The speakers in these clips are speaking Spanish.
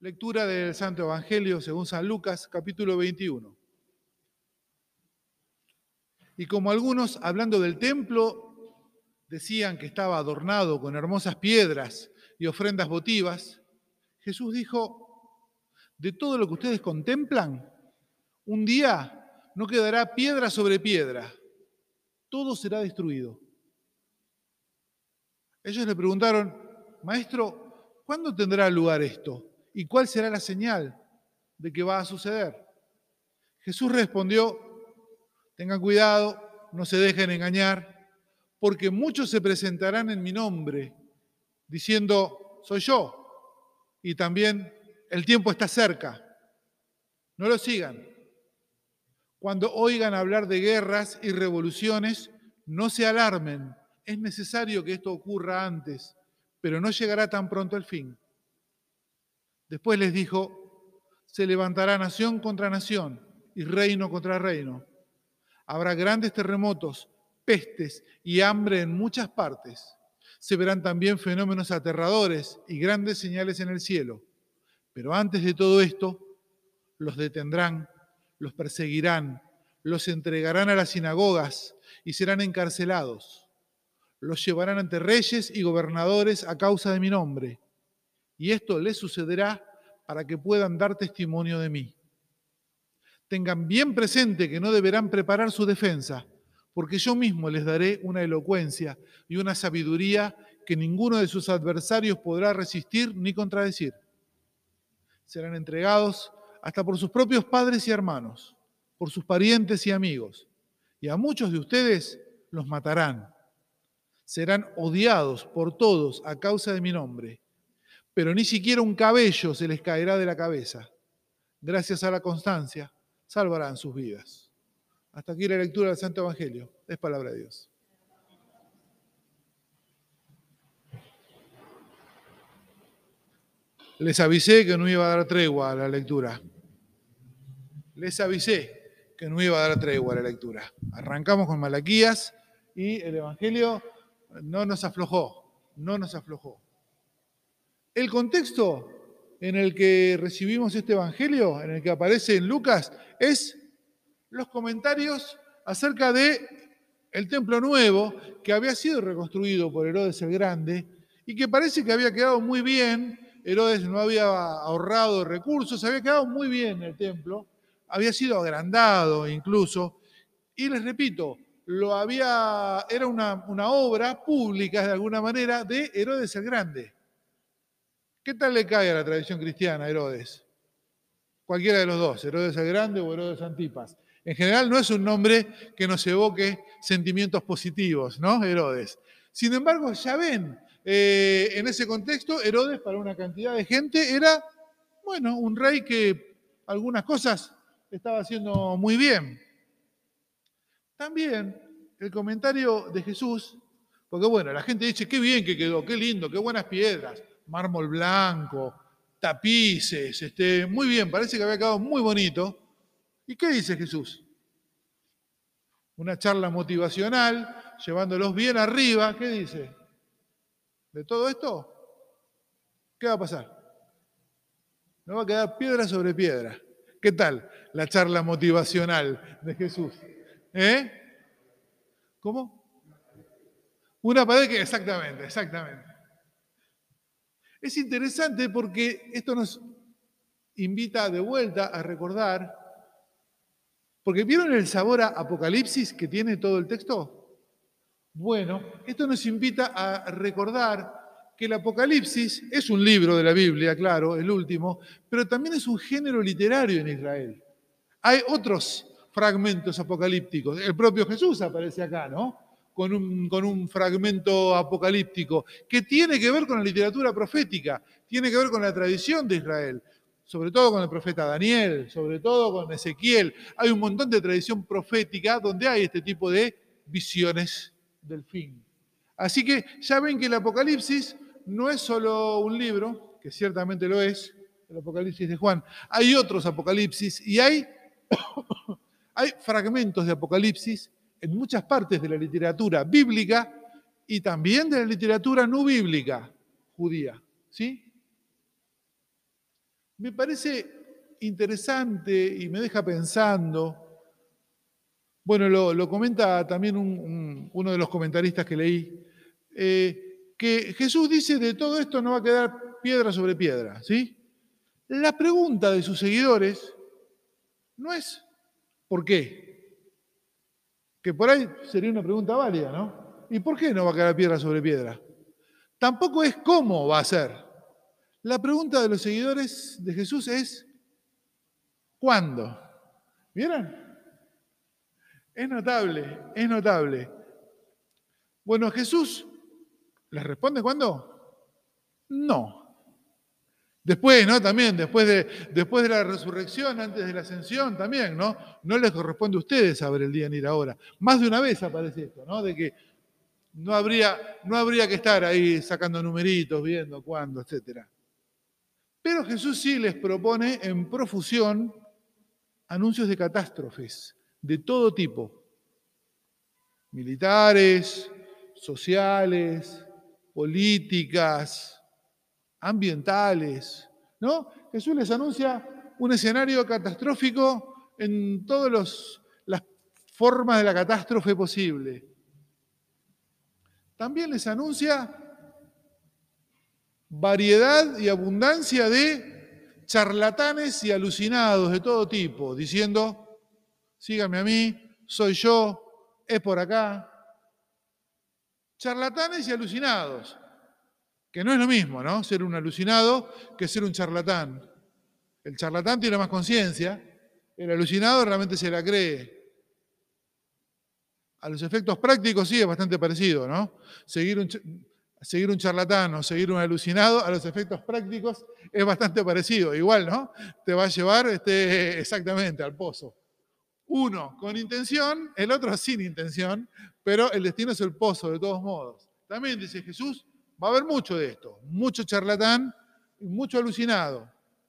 Lectura del Santo Evangelio según San Lucas, capítulo 21. Y como algunos, hablando del templo, decían que estaba adornado con hermosas piedras y ofrendas votivas, Jesús dijo: de todo lo que ustedes contemplan, un día no quedará piedra sobre piedra, todo será destruido. Ellos le preguntaron: Maestro, ¿cuándo tendrá lugar esto? ¿Y cuál será la señal de que va a suceder? Jesús respondió: tengan cuidado, no se dejen engañar, porque muchos se presentarán en mi nombre, diciendo: soy yo, y también el tiempo está cerca. No lo sigan. Cuando oigan hablar de guerras y revoluciones, no se alarmen. Es necesario que esto ocurra antes, pero no llegará tan pronto el fin. Después les dijo: se levantará nación contra nación y reino contra reino. Habrá grandes terremotos, pestes y hambre en muchas partes. Se verán también fenómenos aterradores y grandes señales en el cielo. Pero antes de todo esto, los detendrán, los perseguirán, los entregarán a las sinagogas y serán encarcelados. Los llevarán ante reyes y gobernadores a causa de mi nombre. Y esto les sucederá para que puedan dar testimonio de mí. Tengan bien presente que no deberán preparar su defensa, porque yo mismo les daré una elocuencia y una sabiduría que ninguno de sus adversarios podrá resistir ni contradecir. Serán entregados hasta por sus propios padres y hermanos, por sus parientes y amigos, y a muchos de ustedes los matarán. Serán odiados por todos a causa de mi nombre, pero ni siquiera un cabello se les caerá de la cabeza. Gracias a la constancia, salvarán sus vidas. Hasta aquí la lectura del Santo Evangelio. Es palabra de Dios. Les avisé que no iba a dar tregua a la lectura. Les avisé que no iba a dar tregua a la lectura. Arrancamos con Malaquías y el Evangelio no nos aflojó, no nos aflojó. El contexto en el que recibimos este Evangelio, en el que aparece en Lucas, es los comentarios acerca de el templo nuevo que había sido reconstruido por Herodes el Grande y que parece que había quedado muy bien. Herodes no había ahorrado recursos, había quedado muy bien el templo, había sido agrandado incluso, y les repito, era una obra pública de alguna manera de Herodes el Grande. ¿Qué tal le cae a la tradición cristiana Herodes? Cualquiera de los dos, Herodes el Grande o Herodes Antipas. En general no es un nombre que nos evoque sentimientos positivos, ¿no? Herodes. Sin embargo, ya ven, en ese contexto, Herodes para una cantidad de gente era, bueno, un rey que algunas cosas estaba haciendo muy bien. También el comentario de Jesús, porque bueno, la gente dice: qué bien que quedó, qué lindo, qué buenas piedras, mármol blanco, tapices, muy bien, parece que había quedado muy bonito. ¿Y qué dice Jesús? Una charla motivacional, llevándolos bien arriba. ¿Qué dice? ¿De todo esto? ¿Qué va a pasar? No va a quedar piedra sobre piedra. ¿Qué tal la charla motivacional de Jesús? ¿Eh? ¿Cómo? Una pared que... Exactamente, exactamente. Es interesante porque esto nos invita de vuelta a recordar, porque ¿vieron el sabor a Apocalipsis que tiene todo el texto? Bueno, esto nos invita a recordar que el Apocalipsis es un libro de la Biblia, claro, el último, pero también es un género literario en Israel. Hay otros fragmentos apocalípticos. El propio Jesús aparece acá, ¿no? Con un fragmento apocalíptico que tiene que ver con la literatura profética, tiene que ver con la tradición de Israel, sobre todo con el profeta Daniel, sobre todo con Ezequiel. Hay un montón de tradición profética donde hay este tipo de visiones del fin. Así que ya ven que el Apocalipsis no es solo un libro, que ciertamente lo es, el Apocalipsis de Juan. Hay otros Apocalipsis y hay fragmentos de Apocalipsis en muchas partes de la literatura bíblica y también de la literatura no bíblica judía. ¿Sí? Me parece interesante y me deja pensando. Bueno, lo comenta también uno de los comentaristas que leí, que Jesús dice de todo esto no va a quedar piedra sobre piedra, ¿sí? La pregunta de sus seguidores no es ¿por qué? Que por ahí sería una pregunta válida, ¿no? ¿Y por qué no va a quedar piedra sobre piedra? Tampoco es cómo va a ser. La pregunta de los seguidores de Jesús es ¿cuándo? ¿Vieron? Es notable, es notable. Bueno, Jesús les responde ¿cuándo? No. Después, ¿no? También, después de la resurrección, antes de la ascensión, también, ¿no? No les corresponde a ustedes saber el día ni la hora. Más de una vez aparece esto, ¿no? De que no habría que estar ahí sacando numeritos, viendo cuándo, etcétera. Pero Jesús sí les propone en profusión anuncios de catástrofes de todo tipo. Militares, sociales, políticas, ambientales, ¿no? Jesús les anuncia un escenario catastrófico en todas las formas de la catástrofe posible. También les anuncia variedad y abundancia de charlatanes y alucinados de todo tipo, diciendo, síganme a mí, soy yo, es por acá. Charlatanes y alucinados, que no es lo mismo, ¿no? Ser un alucinado que ser un charlatán. El charlatán tiene más conciencia, el alucinado realmente se la cree. A los efectos prácticos sí es bastante parecido, ¿no? Seguir un charlatán o seguir un alucinado, a los efectos prácticos es bastante parecido. Igual, ¿no? Te va a llevar exactamente al pozo. Uno con intención, el otro sin intención, pero el destino es el pozo de todos modos. También dice Jesús, va a haber mucho de esto, mucho charlatán y mucho alucinado.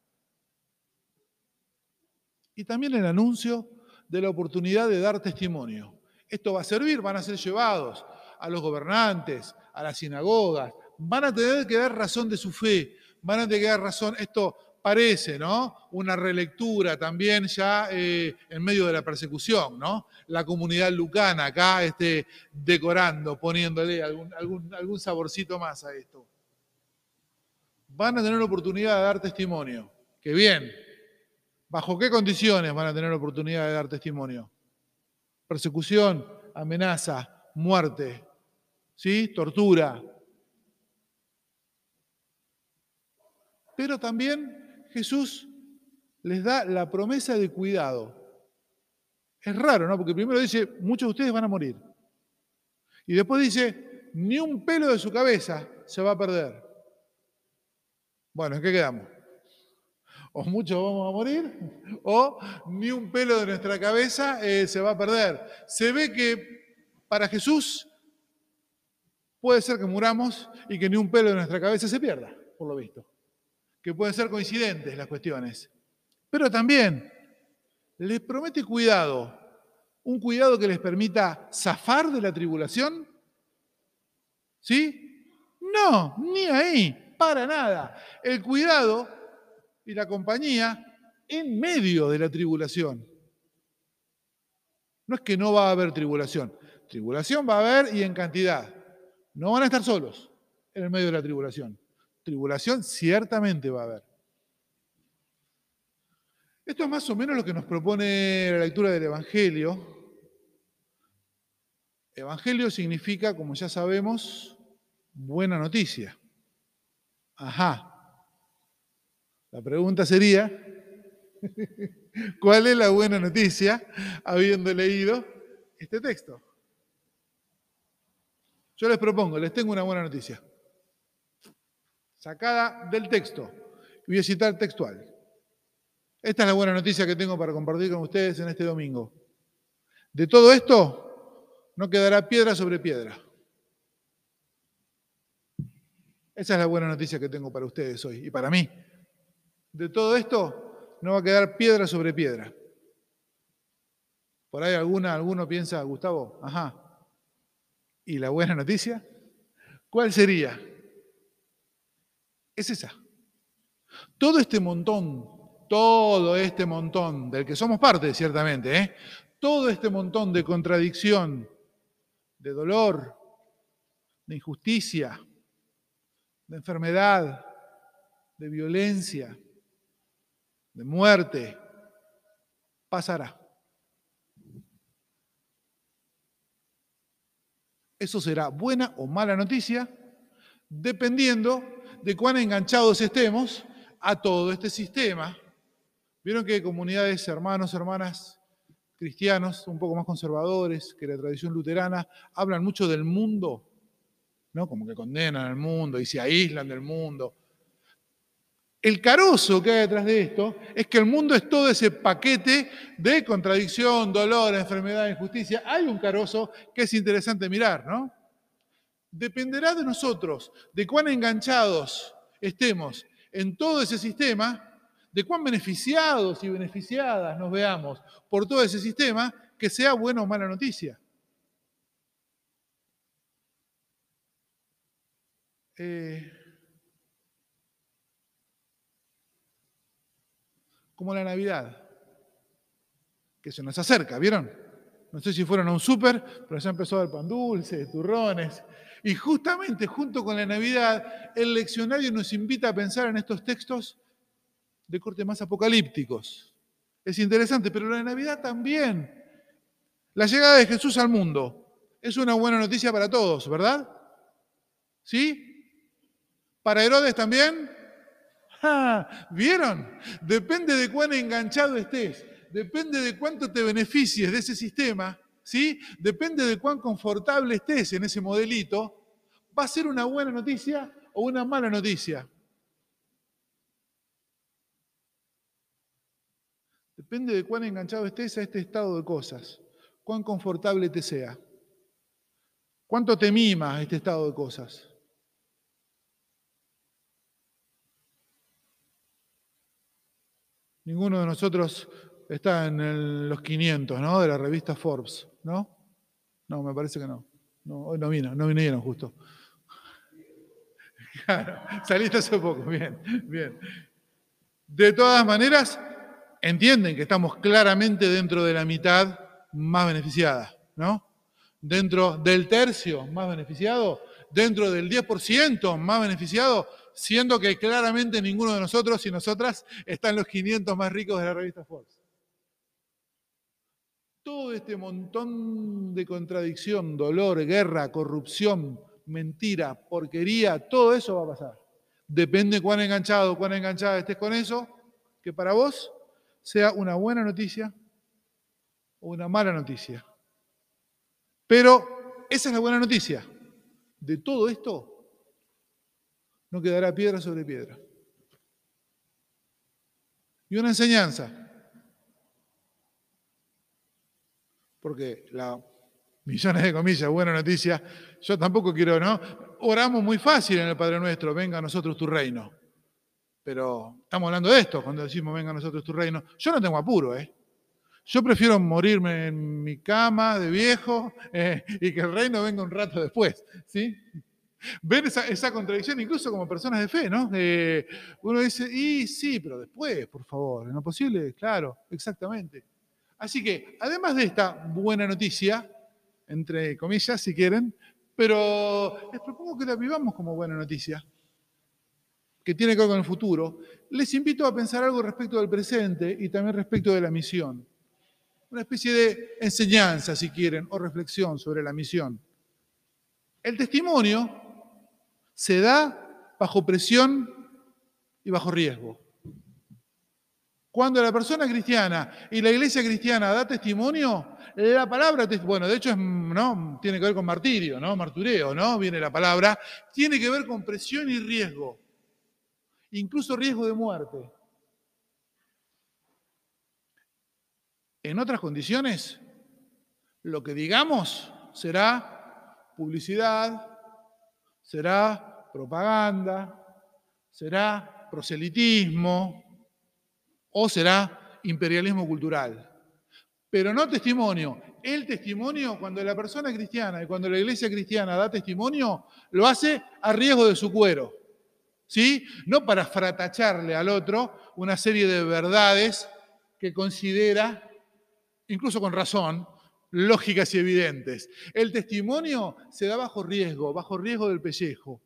Y también el anuncio de la oportunidad de dar testimonio. Esto va a servir, van a ser llevados a los gobernantes, a las sinagogas, van a tener que dar razón de su fe, van a tener que dar razón, esto parece, ¿no? Una relectura también ya en medio de la persecución, ¿no? La comunidad lucana acá decorando, poniéndole algún saborcito más a esto. Van a tener la oportunidad de dar testimonio. ¡Qué bien! ¿Bajo qué condiciones van a tener la oportunidad de dar testimonio? Persecución, amenaza, muerte, ¿sí? Tortura. Pero también Jesús les da la promesa de cuidado. Es raro, ¿no? Porque primero dice, muchos de ustedes van a morir. Y después dice, ni un pelo de su cabeza se va a perder. Bueno, ¿en qué quedamos? O muchos vamos a morir, o ni un pelo de nuestra cabeza se va a perder. Se ve que para Jesús puede ser que muramos y que ni un pelo de nuestra cabeza se pierda, por lo visto. Que pueden ser coincidentes las cuestiones. Pero también les promete cuidado, un cuidado que les permita zafar de la tribulación. ¿Sí? No, ni ahí, para nada. El cuidado y la compañía en medio de la tribulación. No es que no va a haber tribulación. Tribulación va a haber y en cantidad. No van a estar solos en el medio de la tribulación. Tribulación ciertamente va a haber. Esto es más o menos lo que nos propone la lectura del Evangelio. Evangelio significa, como ya sabemos, buena noticia. Ajá. La pregunta sería, ¿cuál es la buena noticia habiendo leído este texto? Yo les propongo, les tengo una buena noticia. Sacada del texto. Voy a citar textual. Esta es la buena noticia que tengo para compartir con ustedes en este domingo. De todo esto, no quedará piedra sobre piedra. Esa es la buena noticia que tengo para ustedes hoy y para mí. De todo esto, no va a quedar piedra sobre piedra. Por ahí alguno piensa, Gustavo, ajá, ¿y la buena noticia? ¿Cuál sería? Es esa. Todo este montón, del que somos parte, ciertamente, todo este montón de contradicción, de dolor, de injusticia, de enfermedad, de violencia, de muerte, pasará. Eso será buena o mala noticia, dependiendo de cuán enganchados estemos a todo este sistema. Vieron que comunidades, hermanos, hermanas, cristianos, un poco más conservadores que la tradición luterana, hablan mucho del mundo, ¿no? Como que condenan al mundo y se aíslan del mundo. El carozo que hay detrás de esto es que el mundo es todo ese paquete de contradicción, dolor, enfermedad, injusticia. Hay un carozo que es interesante mirar, ¿no? Dependerá de nosotros, de cuán enganchados estemos en todo ese sistema, de cuán beneficiados y beneficiadas nos veamos por todo ese sistema, que sea buena o mala noticia. Como la Navidad, que se nos acerca, ¿vieron? No sé si fueron a un súper, pero ya empezó a haber pan dulce, turrones. Y justamente junto con la Navidad, el leccionario nos invita a pensar en estos textos de corte más apocalípticos. Es interesante, pero la Navidad también. La llegada de Jesús al mundo es una buena noticia para todos, ¿verdad? ¿Sí? ¿Para Herodes también? ¿Vieron? Depende de cuán enganchado estés, depende de cuánto te beneficies de ese sistema, ¿sí? Depende de cuán confortable estés en ese modelito, va a ser una buena noticia o una mala noticia. Depende de cuán enganchado estés a este estado de cosas, cuán confortable te sea, cuánto te mima este estado de cosas. Ninguno de nosotros está en los 500, ¿no? De la revista Forbes, ¿no? No, me parece que no. No, hoy no vinieron justo. Claro, saliste hace poco, bien, bien. De todas maneras, entienden que estamos claramente dentro de la mitad más beneficiada, ¿no? Dentro del tercio más beneficiado, dentro del 10% más beneficiado, siendo que claramente ninguno de nosotros y nosotras está en los 500 más ricos de la revista Forbes. Todo este montón de contradicción, dolor, guerra, corrupción, mentira, porquería, todo eso va a pasar. Depende cuán enganchado, cuán enganchada estés con eso, que para vos sea una buena noticia o una mala noticia. Pero esa es la buena noticia. De todo esto no quedará piedra sobre piedra. Y una enseñanza. Porque la millones de comillas, buena noticia, yo tampoco quiero, ¿no? Oramos muy fácil en el Padre Nuestro, venga a nosotros tu reino. Pero estamos hablando de esto, cuando decimos venga a nosotros tu reino. Yo no tengo apuro, ¿eh? Yo prefiero morirme en mi cama de viejo y que el reino venga un rato después, ¿sí? Ver esa contradicción incluso como personas de fe, ¿no? Uno dice, y sí, pero después, por favor, ¿en lo posible? Claro, exactamente. Así que, además de esta buena noticia, entre comillas, si quieren, pero les propongo que la vivamos como buena noticia, que tiene que ver con el futuro. Les invito a pensar algo respecto del presente y también respecto de la misión. Una especie de enseñanza, si quieren, o reflexión sobre la misión. El testimonio se da bajo presión y bajo riesgo. Cuando la persona cristiana y la iglesia cristiana da testimonio, la palabra, bueno, de hecho ¿no? Tiene que ver con martirio, ¿no? Martureo, ¿no? Viene la palabra, tiene que ver con presión y riesgo, incluso riesgo de muerte. En otras condiciones, lo que digamos será publicidad, será propaganda, será proselitismo o será imperialismo cultural. Pero no testimonio. El testimonio, cuando la persona cristiana y cuando la iglesia cristiana da testimonio, lo hace a riesgo de su cuero. ¿sí? No para fratacharle al otro una serie de verdades que considera, incluso con razón, lógicas y evidentes. El testimonio se da bajo riesgo del pellejo.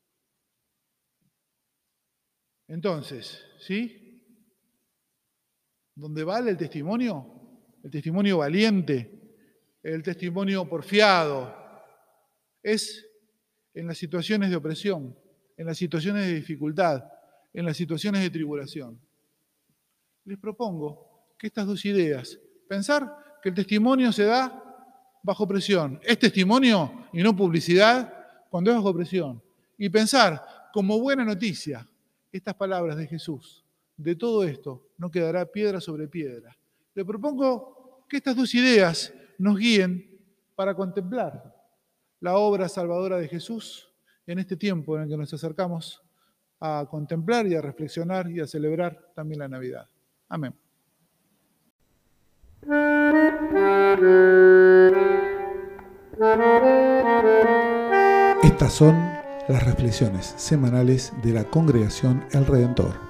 Entonces, ¿sí? ¿Dónde vale el testimonio valiente, el testimonio porfiado, es en las situaciones de opresión, en las situaciones de dificultad, en las situaciones de tribulación. Les propongo que estas dos ideas, pensar que el testimonio se da bajo presión, es testimonio y no publicidad cuando es bajo presión, y pensar como buena noticia estas palabras de Jesús: de todo esto no quedará piedra sobre piedra. Le propongo que estas dos ideas nos guíen para contemplar la obra salvadora de Jesús en este tiempo en el que nos acercamos a contemplar y a reflexionar y a celebrar también la Navidad. Amén. Estas son las reflexiones semanales de la Congregación El Redentor.